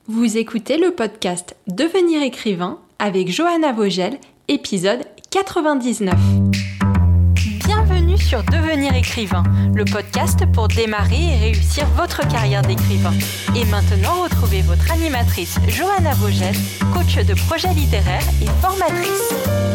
Vous écoutez le podcast Devenir écrivain avec Johanna Vogel, épisode 99. Bienvenue sur Devenir écrivain, le podcast pour démarrer et réussir votre carrière d'écrivain. Et maintenant, retrouvez votre animatrice Johanna Vogel, coach de projets littéraires et formatrice.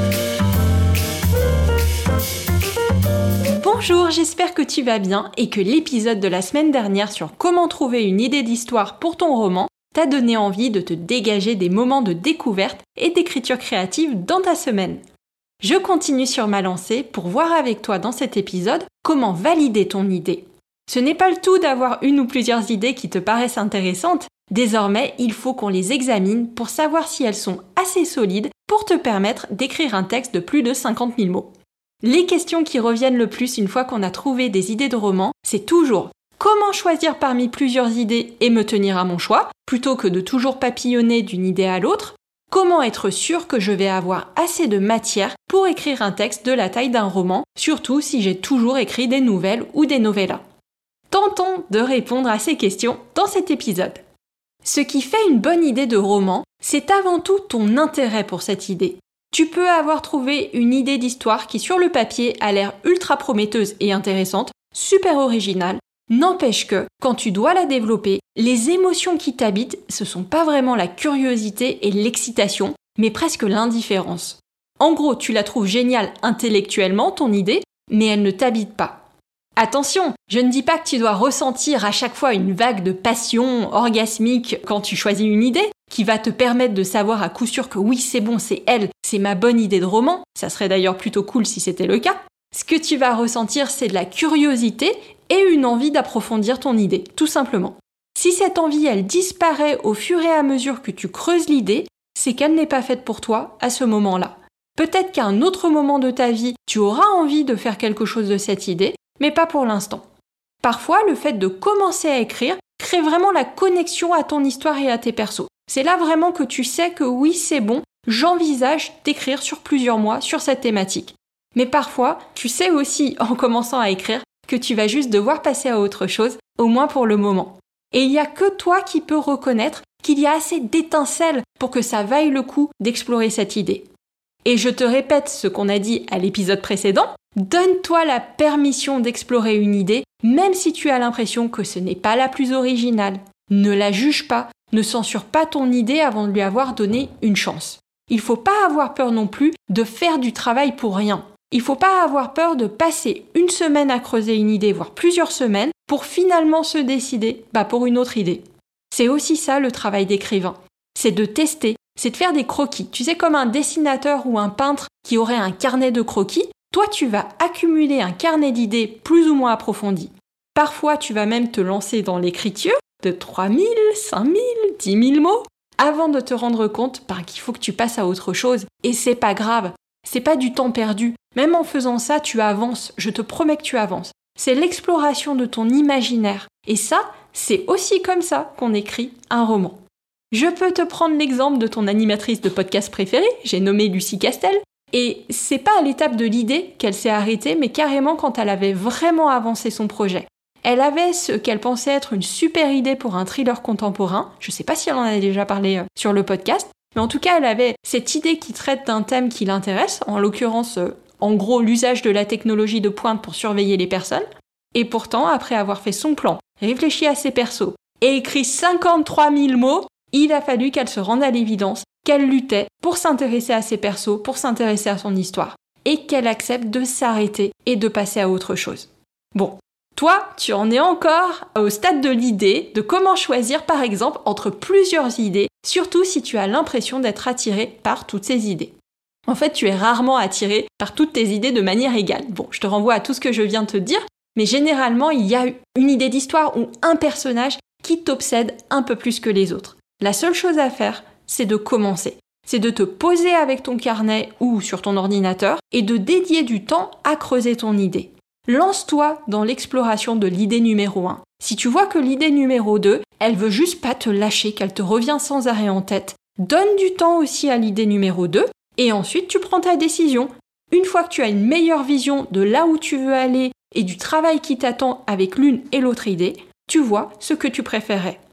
Bonjour, j'espère que tu vas bien et que l'épisode de la semaine dernière sur comment trouver une idée d'histoire pour ton roman t'a donné envie de te dégager des moments de découverte et d'écriture créative dans ta semaine. Je continue sur ma lancée pour voir avec toi dans cet épisode comment valider ton idée. Ce n'est pas le tout d'avoir une ou plusieurs idées qui te paraissent intéressantes. Désormais, il faut qu'on les examine pour savoir si elles sont assez solides pour te permettre d'écrire un texte de plus de 50 000 mots. Les questions qui reviennent le plus une fois qu'on a trouvé des idées de roman, c'est toujours comment choisir parmi plusieurs idées et me tenir à mon choix, plutôt que de toujours papillonner d'une idée à l'autre? Comment être sûr que je vais avoir assez de matière pour écrire un texte de la taille d'un roman, surtout si j'ai toujours écrit des nouvelles ou des novellas? Tentons de répondre à ces questions dans cet épisode. Ce qui fait une bonne idée de roman, c'est avant tout ton intérêt pour cette idée. Tu peux avoir trouvé une idée d'histoire qui sur le papier a l'air ultra prometteuse et intéressante, super originale. N'empêche que, quand tu dois la développer, les émotions qui t'habitent, ce sont pas vraiment la curiosité et l'excitation, mais presque l'indifférence. En gros, tu la trouves géniale intellectuellement, ton idée, mais elle ne t'habite pas. Attention, je ne dis pas que tu dois ressentir à chaque fois une vague de passion orgasmique quand tu choisis une idée, qui va te permettre de savoir à coup sûr que oui, c'est bon, c'est elle, c'est ma bonne idée de roman. Ça serait d'ailleurs plutôt cool si c'était le cas. Ce que tu vas ressentir, c'est de la curiosité et une envie d'approfondir ton idée, tout simplement. Si cette envie, elle disparaît au fur et à mesure que tu creuses l'idée, c'est qu'elle n'est pas faite pour toi à ce moment-là. Peut-être qu'à un autre moment de ta vie, tu auras envie de faire quelque chose de cette idée, mais pas pour l'instant. Parfois, le fait de commencer à écrire crée vraiment la connexion à ton histoire et à tes persos. C'est là vraiment que tu sais que oui, c'est bon, j'envisage d'écrire sur plusieurs mois sur cette thématique. Mais parfois, tu sais aussi, en commençant à écrire, que tu vas juste devoir passer à autre chose, au moins pour le moment. Et il n'y a que toi qui peux reconnaître qu'il y a assez d'étincelles pour que ça vaille le coup d'explorer cette idée. Et je te répète ce qu'on a dit à l'épisode précédent, donne-toi la permission d'explorer une idée, même si tu as l'impression que ce n'est pas la plus originale. Ne la juge pas, ne censure pas ton idée avant de lui avoir donné une chance. Il ne faut pas avoir peur non plus de faire du travail pour rien. Il ne faut pas avoir peur de passer une semaine à creuser une idée, voire plusieurs semaines, pour finalement se décider pour une autre idée. C'est aussi ça le travail d'écrivain. C'est de tester, c'est de faire des croquis. Tu sais, comme un dessinateur ou un peintre qui aurait un carnet de croquis, toi tu vas accumuler un carnet d'idées plus ou moins approfondi. Parfois tu vas même te lancer dans l'écriture de 3000, 5000, 10 000 mots avant de te rendre compte qu'il faut que tu passes à autre chose. Et c'est pas grave. C'est pas du temps perdu. Même en faisant ça, tu avances. Je te promets que tu avances. C'est l'exploration de ton imaginaire. Et ça, c'est aussi comme ça qu'on écrit un roman. Je peux te prendre l'exemple de ton animatrice de podcast préférée, j'ai nommé Lucie Castel, et c'est pas à l'étape de l'idée qu'elle s'est arrêtée, mais carrément quand elle avait vraiment avancé son projet. Elle avait ce qu'elle pensait être une super idée pour un thriller contemporain. Je sais pas si elle en a déjà parlé sur le podcast, mais en tout cas, elle avait cette idée qui traite d'un thème qui l'intéresse, en l'occurrence, en gros, l'usage de la technologie de pointe pour surveiller les personnes. Et pourtant, après avoir fait son plan, réfléchi à ses persos et écrit 53 000 mots, il a fallu qu'elle se rende à l'évidence qu'elle luttait pour s'intéresser à ses persos, pour s'intéresser à son histoire, et qu'elle accepte de s'arrêter et de passer à autre chose. Bon, toi, tu en es encore au stade de l'idée de comment choisir, par exemple, entre plusieurs idées, surtout si tu as l'impression d'être attiré par toutes ces idées. En fait, tu es rarement attiré par toutes tes idées de manière égale. Bon, je te renvoie à tout ce que je viens de te dire, mais généralement, il y a une idée d'histoire ou un personnage qui t'obsède un peu plus que les autres. La seule chose à faire, c'est de commencer. C'est de te poser avec ton carnet ou sur ton ordinateur et de dédier du temps à creuser ton idée. Lance-toi dans l'exploration de l'idée numéro 1. Si tu vois que l'idée numéro 2, elle veut juste pas te lâcher, qu'elle te revient sans arrêt en tête, donne du temps aussi à l'idée numéro 2 et ensuite tu prends ta décision. Une fois que tu as une meilleure vision de là où tu veux aller et du travail qui t'attend avec l'une et l'autre idée, tu vois ce que tu préférais.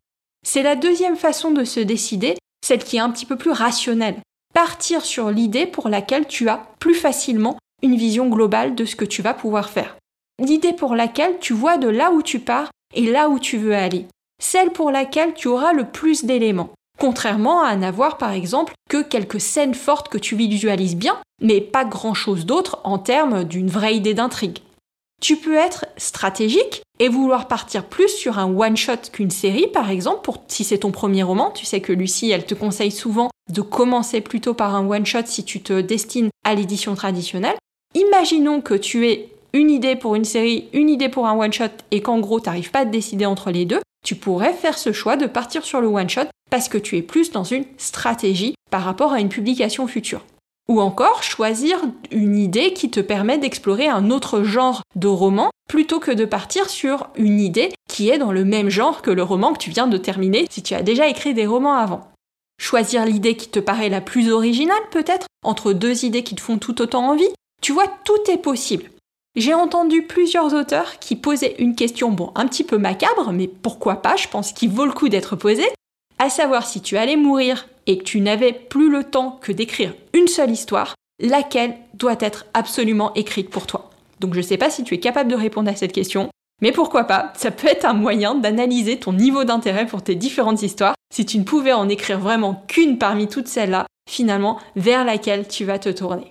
C'est la deuxième façon de se décider, celle qui est un petit peu plus rationnelle. Partir sur l'idée pour laquelle tu as plus facilement une vision globale de ce que tu vas pouvoir faire. L'idée pour laquelle tu vois de là où tu pars et là où tu veux aller. Celle pour laquelle tu auras le plus d'éléments. Contrairement à n'avoir par exemple que quelques scènes fortes que tu visualises bien, mais pas grand-chose d'autre en termes d'une vraie idée d'intrigue. Tu peux être stratégique et vouloir partir plus sur un one-shot qu'une série par exemple, si c'est ton premier roman. Tu sais que Lucie, elle te conseille souvent de commencer plutôt par un one-shot si tu te destines à l'édition traditionnelle. Imaginons que tu aies une idée pour une série, une idée pour un one-shot et qu'en gros, tu n'arrives pas à te décider entre les deux. Tu pourrais faire ce choix de partir sur le one-shot parce que tu es plus dans une stratégie par rapport à une publication future. Ou encore, choisir une idée qui te permet d'explorer un autre genre de roman plutôt que de partir sur une idée qui est dans le même genre que le roman que tu viens de terminer si tu as déjà écrit des romans avant. Choisir l'idée qui te paraît la plus originale peut-être, entre deux idées qui te font tout autant envie. Tu vois, tout est possible. J'ai entendu plusieurs auteurs qui posaient une question, un petit peu macabre, mais pourquoi pas, je pense qu'il vaut le coup d'être posée, à savoir si tu allais mourir et que tu n'avais plus le temps que d'écrire une seule histoire, laquelle doit être absolument écrite pour toi. Donc je ne sais pas si tu es capable de répondre à cette question, mais pourquoi pas, ça peut être un moyen d'analyser ton niveau d'intérêt pour tes différentes histoires, si tu ne pouvais en écrire vraiment qu'une parmi toutes celles-là, finalement, vers laquelle tu vas te tourner.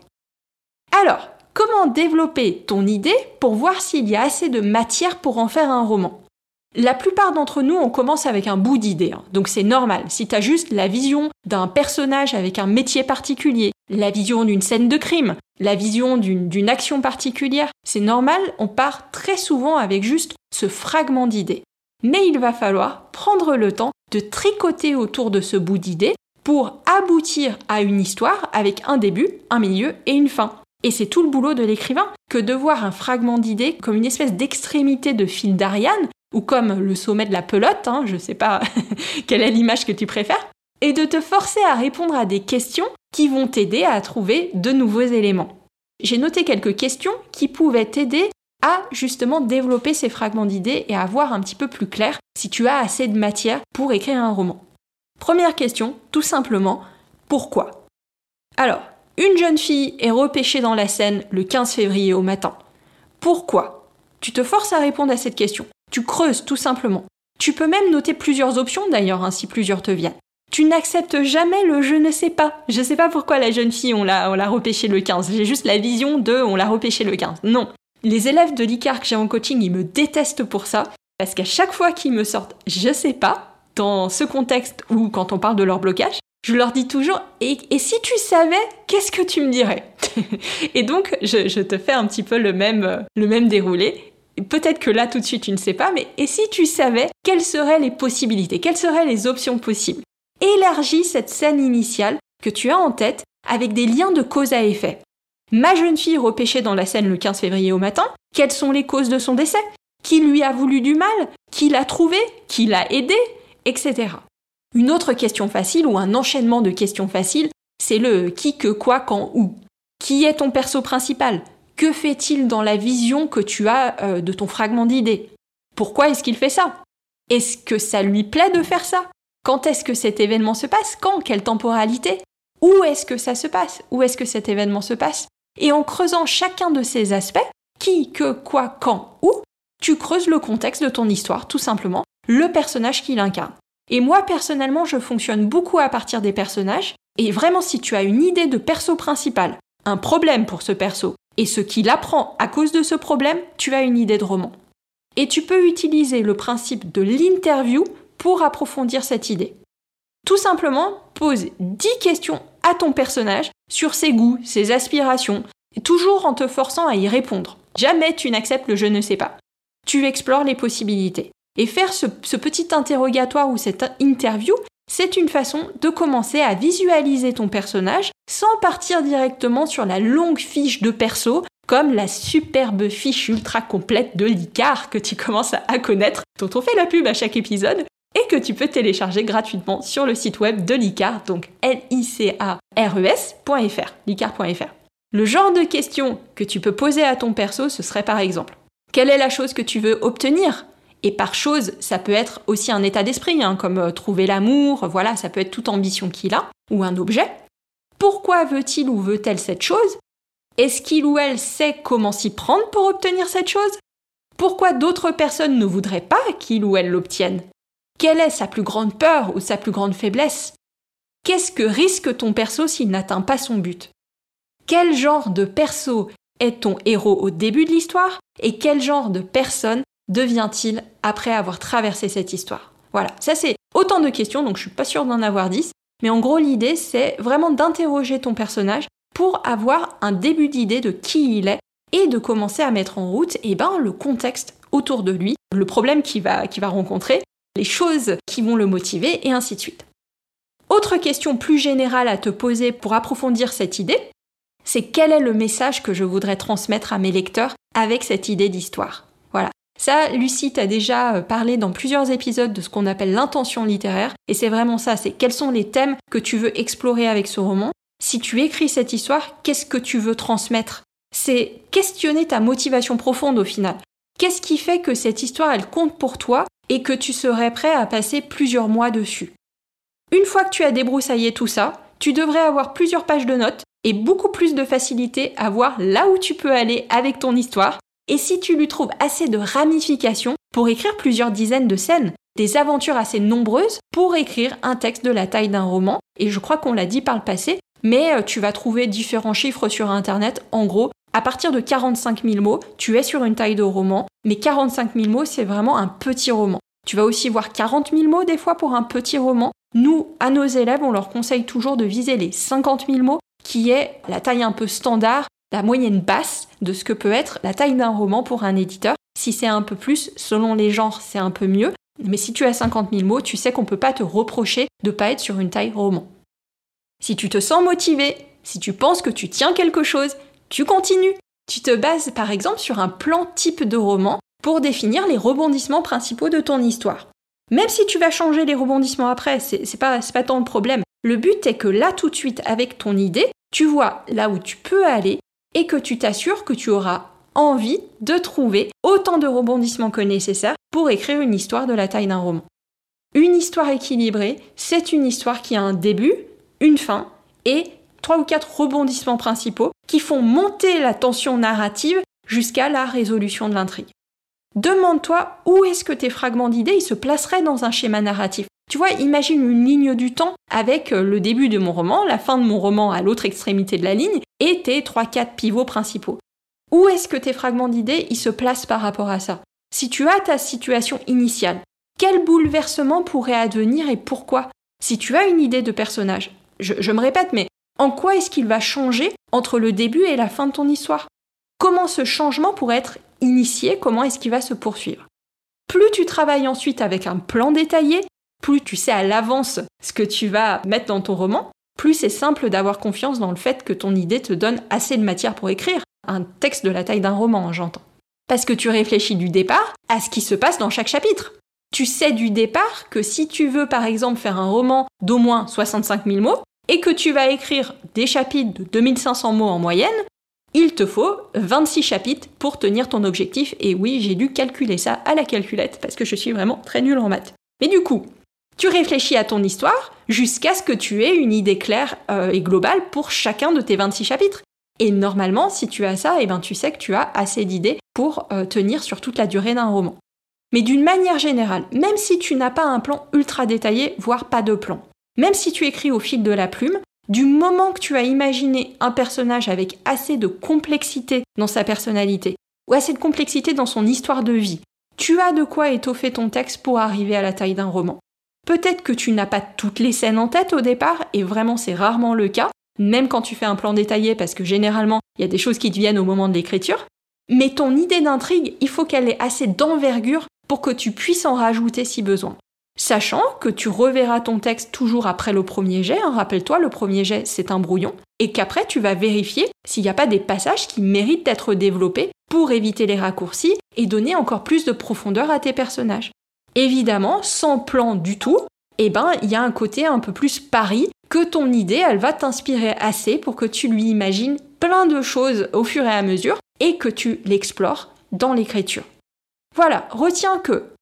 Alors, comment développer ton idée pour voir s'il y a assez de matière pour en faire un roman ? La plupart d'entre nous, on commence avec un bout d'idée, donc c'est normal. Si tu as juste la vision d'un personnage avec un métier particulier, la vision d'une scène de crime, la vision d'une action particulière, c'est normal, on part très souvent avec juste ce fragment d'idée. Mais il va falloir prendre le temps de tricoter autour de ce bout d'idée pour aboutir à une histoire avec un début, un milieu et une fin. Et c'est tout le boulot de l'écrivain que de voir un fragment d'idée comme une espèce d'extrémité de fil d'Ariane ou comme le sommet de la pelote, je sais pas quelle est l'image que tu préfères, et de te forcer à répondre à des questions qui vont t'aider à trouver de nouveaux éléments. J'ai noté quelques questions qui pouvaient t'aider à justement développer ces fragments d'idées et à voir un petit peu plus clair si tu as assez de matière pour écrire un roman. Première question, tout simplement, pourquoi ? Alors, une jeune fille est repêchée dans la Seine le 15 février au matin. Pourquoi ? Tu te forces à répondre à cette question. Tu creuses tout simplement. Tu peux même noter plusieurs options d'ailleurs, si plusieurs te viennent. Tu n'acceptes jamais le « je ne sais pas ». Je ne sais pas pourquoi la jeune fille, on l'a repêchée le 15. J'ai juste la vision de « on l'a repêchée le 15 ». Non. Les élèves de l'ICAR que j'ai en coaching, ils me détestent pour ça, parce qu'à chaque fois qu'ils me sortent « je sais pas », dans ce contexte ou quand on parle de leur blocage, je leur dis toujours « et si tu savais, qu'est-ce que tu me dirais ?» Et donc, je te fais un petit peu le même déroulé. Peut-être que là, tout de suite, tu ne sais pas, mais et si tu savais, quelles seraient les possibilités, quelles seraient les options possibles ? Élargis cette scène initiale que tu as en tête avec des liens de cause à effet. Ma jeune fille repêchée dans la Seine le 15 février au matin, quelles sont les causes de son décès ? Qui lui a voulu du mal ? Qui l'a trouvé ? Qui l'a aidé ? Etc. Une autre question facile ou un enchaînement de questions faciles, c'est le qui, que, quoi, quand, où. Qui est ton perso principal ? Que fait-il dans la vision que tu as de ton fragment d'idée ? Pourquoi est-ce qu'il fait ça ? Est-ce que ça lui plaît de faire ça ? Quand est-ce que cet événement se passe ? Quand ? Quelle temporalité ? Où est-ce que ça se passe ? Où est-ce que cet événement se passe ? Et en creusant chacun de ces aspects, qui, que, quoi, quand, où, tu creuses le contexte de ton histoire, tout simplement, le personnage qu'il incarne. Et moi, personnellement, je fonctionne beaucoup à partir des personnages, et vraiment, si tu as une idée de perso principal, un problème pour ce perso, et ce qu'il apprend à cause de ce problème, tu as une idée de roman. Et tu peux utiliser le principe de l'interview pour approfondir cette idée. Tout simplement, pose 10 questions à ton personnage sur ses goûts, ses aspirations, et toujours en te forçant à y répondre. Jamais tu n'acceptes le « je ne sais pas ». Tu explores les possibilités. Et faire ce petit interrogatoire ou cette interview, c'est une façon de commencer à visualiser ton personnage sans partir directement sur la longue fiche de perso, comme la superbe fiche ultra complète de l'ICAR que tu commences à connaître, dont on fait la pub à chaque épisode, et que tu peux télécharger gratuitement sur le site web de l'ICAR, donc licares.fr, licar.fr. Le genre de questions que tu peux poser à ton perso, ce serait par exemple: quelle est la chose que tu veux obtenir ? Et par chose, ça peut être aussi un état d'esprit, comme trouver l'amour, voilà, ça peut être toute ambition qu'il a, ou un objet. Pourquoi veut-il ou veut-elle cette chose ? Est-ce qu'il ou elle sait comment s'y prendre pour obtenir cette chose ? Pourquoi d'autres personnes ne voudraient pas qu'il ou elle l'obtienne ? Quelle est sa plus grande peur ou sa plus grande faiblesse ? Qu'est-ce que risque ton perso s'il n'atteint pas son but ? Quel genre de perso est ton héros au début de l'histoire et quel genre de personne devient-il après avoir traversé cette histoire ? Voilà, ça c'est autant de questions, donc je suis pas sûre d'en avoir 10, mais en gros l'idée c'est vraiment d'interroger ton personnage pour avoir un début d'idée de qui il est et de commencer à mettre en route le contexte autour de lui, le problème qu'il va rencontrer, les choses qui vont le motiver et ainsi de suite. Autre question plus générale à te poser pour approfondir cette idée, c'est quel est le message que je voudrais transmettre à mes lecteurs avec cette idée d'histoire ? Voilà. Ça, Lucie t'a déjà parlé dans plusieurs épisodes de ce qu'on appelle l'intention littéraire, et c'est vraiment ça, c'est quels sont les thèmes que tu veux explorer avec ce roman. Si tu écris cette histoire, qu'est-ce que tu veux transmettre ? C'est questionner ta motivation profonde au final. Qu'est-ce qui fait que cette histoire, elle compte pour toi et que tu serais prêt à passer plusieurs mois dessus ? Une fois que tu as débroussaillé tout ça, tu devrais avoir plusieurs pages de notes et beaucoup plus de facilité à voir là où tu peux aller avec ton histoire. Et si tu lui trouves assez de ramifications pour écrire plusieurs dizaines de scènes, des aventures assez nombreuses pour écrire un texte de la taille d'un roman, et je crois qu'on l'a dit par le passé, mais tu vas trouver différents chiffres sur internet. En gros, à partir de 45 000 mots, tu es sur une taille de roman, mais 45 000 mots, c'est vraiment un petit roman. Tu vas aussi voir 40 000 mots des fois pour un petit roman. Nous, à nos élèves, on leur conseille toujours de viser les 50 000 mots, qui est la taille un peu standard, la moyenne basse de ce que peut être la taille d'un roman pour un éditeur. Si c'est un peu plus, selon les genres, c'est un peu mieux. Mais si tu as 50 000 mots, tu sais qu'on ne peut pas te reprocher de ne pas être sur une taille roman. Si tu te sens motivé, si tu penses que tu tiens quelque chose, tu continues. Tu te bases par exemple sur un plan type de roman pour définir les rebondissements principaux de ton histoire. Même si tu vas changer les rebondissements après, c'est pas tant le problème. Le but est que là tout de suite, avec ton idée, tu vois là où tu peux aller et que tu t'assures que tu auras envie de trouver autant de rebondissements que nécessaire pour écrire une histoire de la taille d'un roman. Une histoire équilibrée, c'est une histoire qui a un début, une fin et 3 ou 4 rebondissements principaux qui font monter la tension narrative jusqu'à la résolution de l'intrigue. Demande-toi où est-ce que tes fragments d'idées se placeraient dans un schéma narratif. Tu vois, imagine une ligne du temps avec le début de mon roman, la fin de mon roman à l'autre extrémité de la ligne et tes 3-4 pivots principaux. Où est-ce que tes fragments d'idées se placent par rapport à ça ? Si tu as ta situation initiale, quel bouleversement pourrait advenir et pourquoi ? Si tu as une idée de personnage, je me répète, mais en quoi est-ce qu'il va changer entre le début et la fin de ton histoire ? Comment ce changement pourrait être initié ? Comment est-ce qu'il va se poursuivre ? Plus tu travailles ensuite avec un plan détaillé, plus tu sais à l'avance ce que tu vas mettre dans ton roman, plus c'est simple d'avoir confiance dans le fait que ton idée te donne assez de matière pour écrire un texte de la taille d'un roman, j'entends. Parce que tu réfléchis du départ à ce qui se passe dans chaque chapitre. Tu sais du départ que si tu veux par exemple faire un roman d'au moins 65 000 mots et que tu vas écrire des chapitres de 2500 mots en moyenne, il te faut 26 chapitres pour tenir ton objectif. Et oui, j'ai dû calculer ça à la calculette parce que je suis vraiment très nulle en maths. Mais du coup, tu réfléchis à ton histoire jusqu'à ce que tu aies une idée claire et globale pour chacun de tes 26 chapitres. Et normalement, si tu as ça, tu sais que tu as assez d'idées pour tenir sur toute la durée d'un roman. Mais d'une manière générale, même si tu n'as pas un plan ultra détaillé, voire pas de plan, même si tu écris au fil de la plume, du moment que tu as imaginé un personnage avec assez de complexité dans sa personnalité, ou assez de complexité dans son histoire de vie, tu as de quoi étoffer ton texte pour arriver à la taille d'un roman. Peut-être que tu n'as pas toutes les scènes en tête au départ, et vraiment c'est rarement le cas, même quand tu fais un plan détaillé, parce que généralement, il y a des choses qui te viennent au moment de l'écriture, mais ton idée d'intrigue, il faut qu'elle ait assez d'envergure pour que tu puisses en rajouter si besoin. Sachant que tu reverras ton texte toujours après le premier jet, rappelle-toi, le premier jet, c'est un brouillon, et qu'après, tu vas vérifier s'il n'y a pas des passages qui méritent d'être développés pour éviter les raccourcis et donner encore plus de profondeur à tes personnages. Évidemment, sans plan du tout, il y a un côté un peu plus pari, que ton idée, elle va t'inspirer assez pour que tu lui imagines plein de choses au fur et à mesure et que tu l'explores dans l'écriture. Voilà, retiens que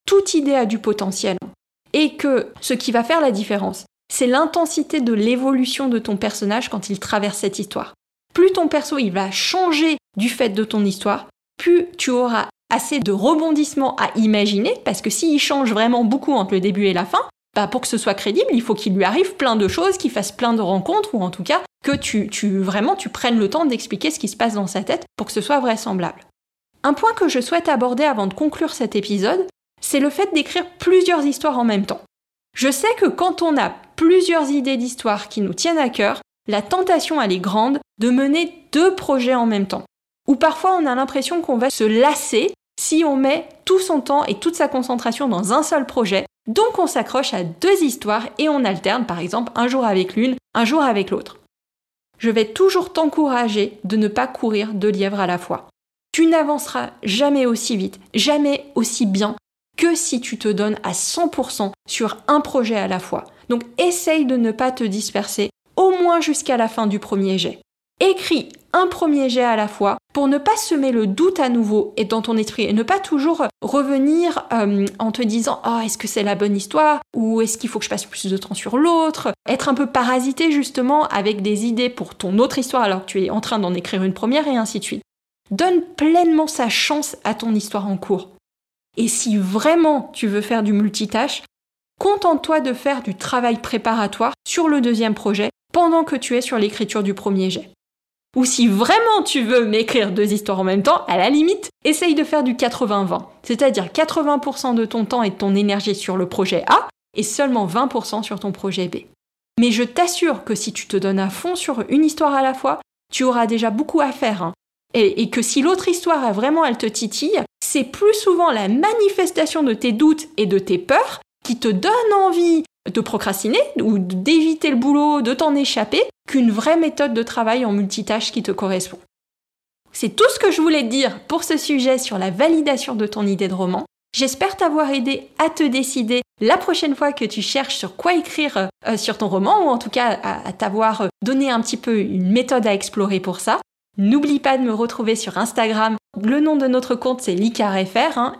toute idée a du potentiel et que ce qui va faire la différence, c'est l'intensité de l'évolution de ton personnage quand il traverse cette histoire. Plus ton perso il va changer du fait de ton histoire, plus tu auras assez de rebondissements à imaginer, parce que s'il change vraiment beaucoup entre le début et la fin, pour que ce soit crédible, il faut qu'il lui arrive plein de choses, qu'il fasse plein de rencontres, ou en tout cas que tu prennes le temps d'expliquer ce qui se passe dans sa tête pour que ce soit vraisemblable. Un point que je souhaite aborder avant de conclure cet épisode, c'est le fait d'écrire plusieurs histoires en même temps. Je sais que quand on a plusieurs idées d'histoire qui nous tiennent à cœur, la tentation elle est grande de mener 2 projets en même temps. Ou parfois on a l'impression qu'on va se lasser si on met tout son temps et toute sa concentration dans un seul projet. Donc on s'accroche à 2 histoires et on alterne par exemple un jour avec l'une, un jour avec l'autre. Je vais toujours t'encourager de ne pas courir 2 lièvres à la fois. Tu n'avanceras jamais aussi vite, jamais aussi bien que si tu te donnes à 100% sur un projet à la fois. Donc essaye de ne pas te disperser, au moins jusqu'à la fin du premier jet. Écris un premier jet à la fois pour ne pas semer le doute à nouveau et dans ton esprit et ne pas toujours revenir en te disant « est-ce que c'est la bonne histoire ?» ou « est-ce qu'il faut que je passe plus de temps sur l'autre ?» Être un peu parasité justement avec des idées pour ton autre histoire alors que tu es en train d'en écrire une première et ainsi de suite. Donne pleinement sa chance à ton histoire en cours. Et si vraiment tu veux faire du multitâche, contente-toi de faire du travail préparatoire sur le 2e projet pendant que tu es sur l'écriture du premier jet. Ou si vraiment tu veux m'écrire 2 histoires en même temps, à la limite, essaye de faire du 80-20. C'est-à-dire 80% de ton temps et de ton énergie sur le projet A et seulement 20% sur ton projet B. Mais je t'assure que si tu te donnes à fond sur une histoire à la fois, tu auras déjà beaucoup à faire. Et que si l'autre histoire, elle te titille, c'est plus souvent la manifestation de tes doutes et de tes peurs qui te donne envie de procrastiner ou d'éviter le boulot, de t'en échapper, qu'une vraie méthode de travail en multitâche qui te correspond. C'est tout ce que je voulais te dire pour ce sujet sur la validation de ton idée de roman. J'espère t'avoir aidé à te décider la prochaine fois que tu cherches sur quoi écrire sur ton roman, ou en tout cas à t'avoir donné un petit peu une méthode à explorer pour ça. N'oublie pas de me retrouver sur Instagram. Le nom de notre compte, c'est licaresfr,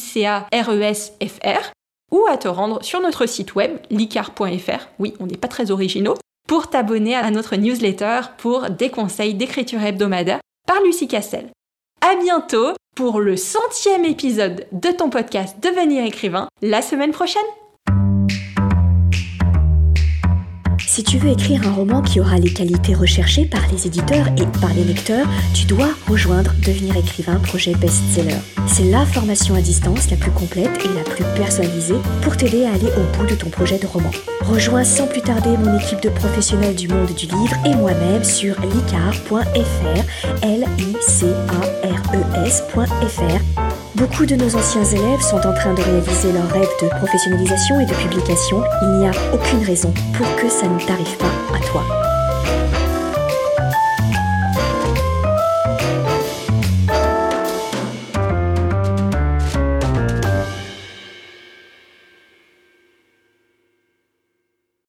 Licaresfr, ou à te rendre sur notre site web, licar.fr, oui, on n'est pas très originaux, pour t'abonner à notre newsletter pour des conseils d'écriture hebdomadaire par Lucie Castel. À bientôt pour le 100e épisode de ton podcast Devenir écrivain, la semaine prochaine. Si tu veux écrire un roman qui aura les qualités recherchées par les éditeurs et par les lecteurs, tu dois rejoindre Devenir écrivain, projet best-seller. C'est la formation à distance la plus complète et la plus personnalisée pour t'aider à aller au bout de ton projet de roman. Rejoins sans plus tarder mon équipe de professionnels du monde du livre et moi-même sur licar.fr, licares.fr. Beaucoup de nos anciens élèves sont en train de réaliser leur rêve de professionnalisation et de publication. Il n'y a aucune raison pour que ça ne t'arrive pas à toi.